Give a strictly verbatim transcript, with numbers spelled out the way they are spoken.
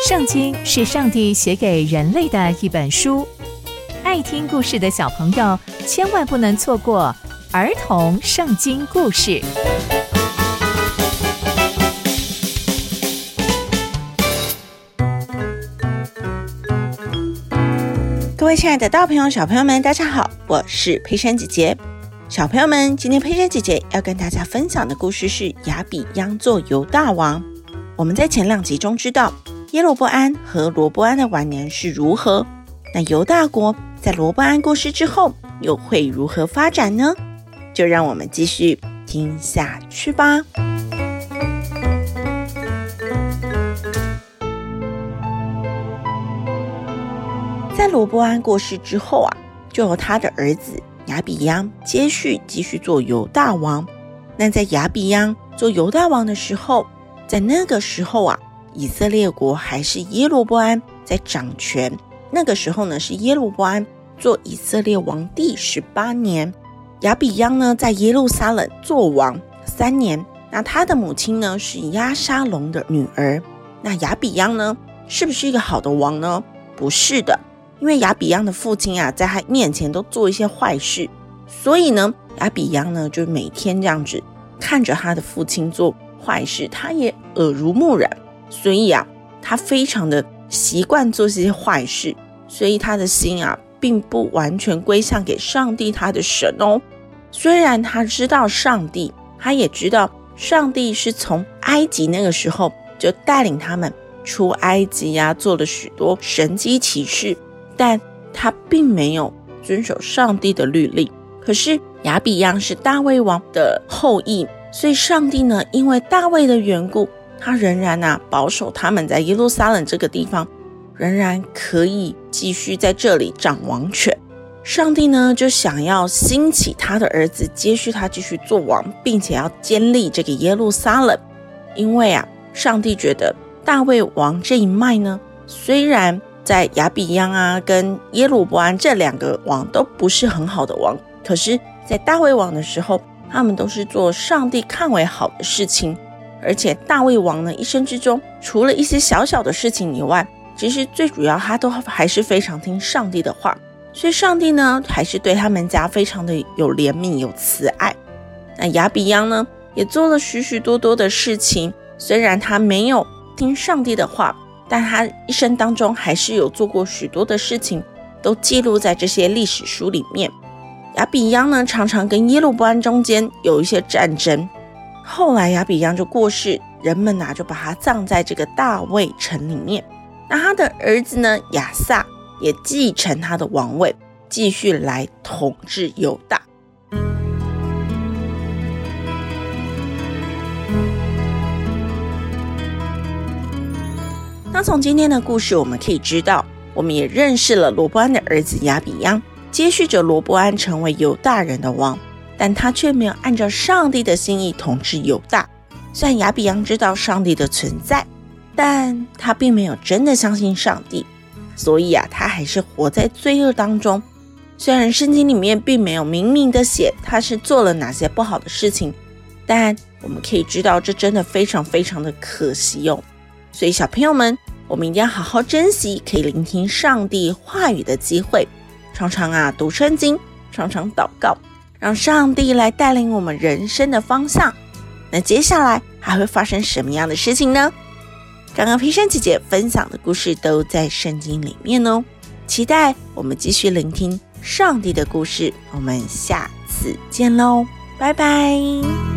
圣经是上帝写给人类的一本书，爱听故事的小朋友千万不能错过儿童圣经故事。 各位亲爱的大朋友小朋友们，大家好，我是佩珊姐姐。小朋友们，今天佩珊姐姐要跟大家分享的故事是亚比央做犹大王。我们在前两集中知道耶罗波安和罗波安的晚年是如何，那犹大国在罗波安过世之后又会如何发展呢？就让我们继续听下去吧。在罗波安过世之后啊，就由他的儿子亚比央接续继续做犹大王。那在亚比央做犹大王的时候，在那个时候啊，以色列国还是耶罗波安在掌权。那个时候呢，是耶罗波安做以色列王第十八年。亚比央呢，在耶路撒冷做王三年。那他的母亲呢，是押沙龙的女儿。那亚比央呢，是不是一个好的王呢？不是的，因为亚比央的父亲啊，在他面前都做一些坏事，所以呢，亚比央呢，就每天这样子看着他的父亲做坏事，他也耳濡目染，所以啊，他非常的习惯做这些坏事，所以他的心啊，并不完全归向给上帝他的神哦。虽然他知道上帝，他也知道上帝是从埃及那个时候就带领他们出埃及啊，做了许多神迹奇事，但他并没有遵守上帝的律例。可是亚比央是大卫王的后裔，所以上帝呢，因为大卫的缘故，他仍然啊保守他们在耶路撒冷这个地方仍然可以继续在这里掌王权。上帝呢，就想要兴起他的儿子接续他继续做王，并且要建立这个耶路撒冷。因为啊，上帝觉得大卫王这一脉呢，虽然在亚比央啊跟耶罗波安这两个王都不是很好的王，可是在大卫王的时候，他们都是做上帝看为好的事情。而且大卫王呢，一生之中除了一些小小的事情以外，其实最主要他都还是非常听上帝的话，所以上帝呢，还是对他们家非常的有怜悯有慈爱。那亚比央呢，也做了许许多多的事情，虽然他没有听上帝的话，但他一生当中还是有做过许多的事情，都记录在这些历史书里面。亚比央呢，常常跟耶罗波安中间有一些战争，后来亚比央就过世，人们啊就把他葬在这个大卫城里面。那他的儿子呢，亚撒也继承他的王位，继续来统治犹大。那从今天的故事我们可以知道，我们也认识了罗波安的儿子亚比央接续着罗波安成为犹大人的王，但他却没有按照上帝的心意统治犹大。虽然亚比央知道上帝的存在，但他并没有真的相信上帝，所以啊，他还是活在罪恶当中。虽然圣经里面并没有明明的写他是做了哪些不好的事情，但我们可以知道这真的非常非常的可惜哦。所以小朋友们，我们一定要好好珍惜可以聆听上帝话语的机会，常常啊读圣经，常常祷告，让上帝来带领我们人生的方向。那接下来还会发生什么样的事情呢？刚刚佩珊姐姐分享的故事都在圣经里面哦，期待我们继续聆听上帝的故事。我们下次见喽，拜拜。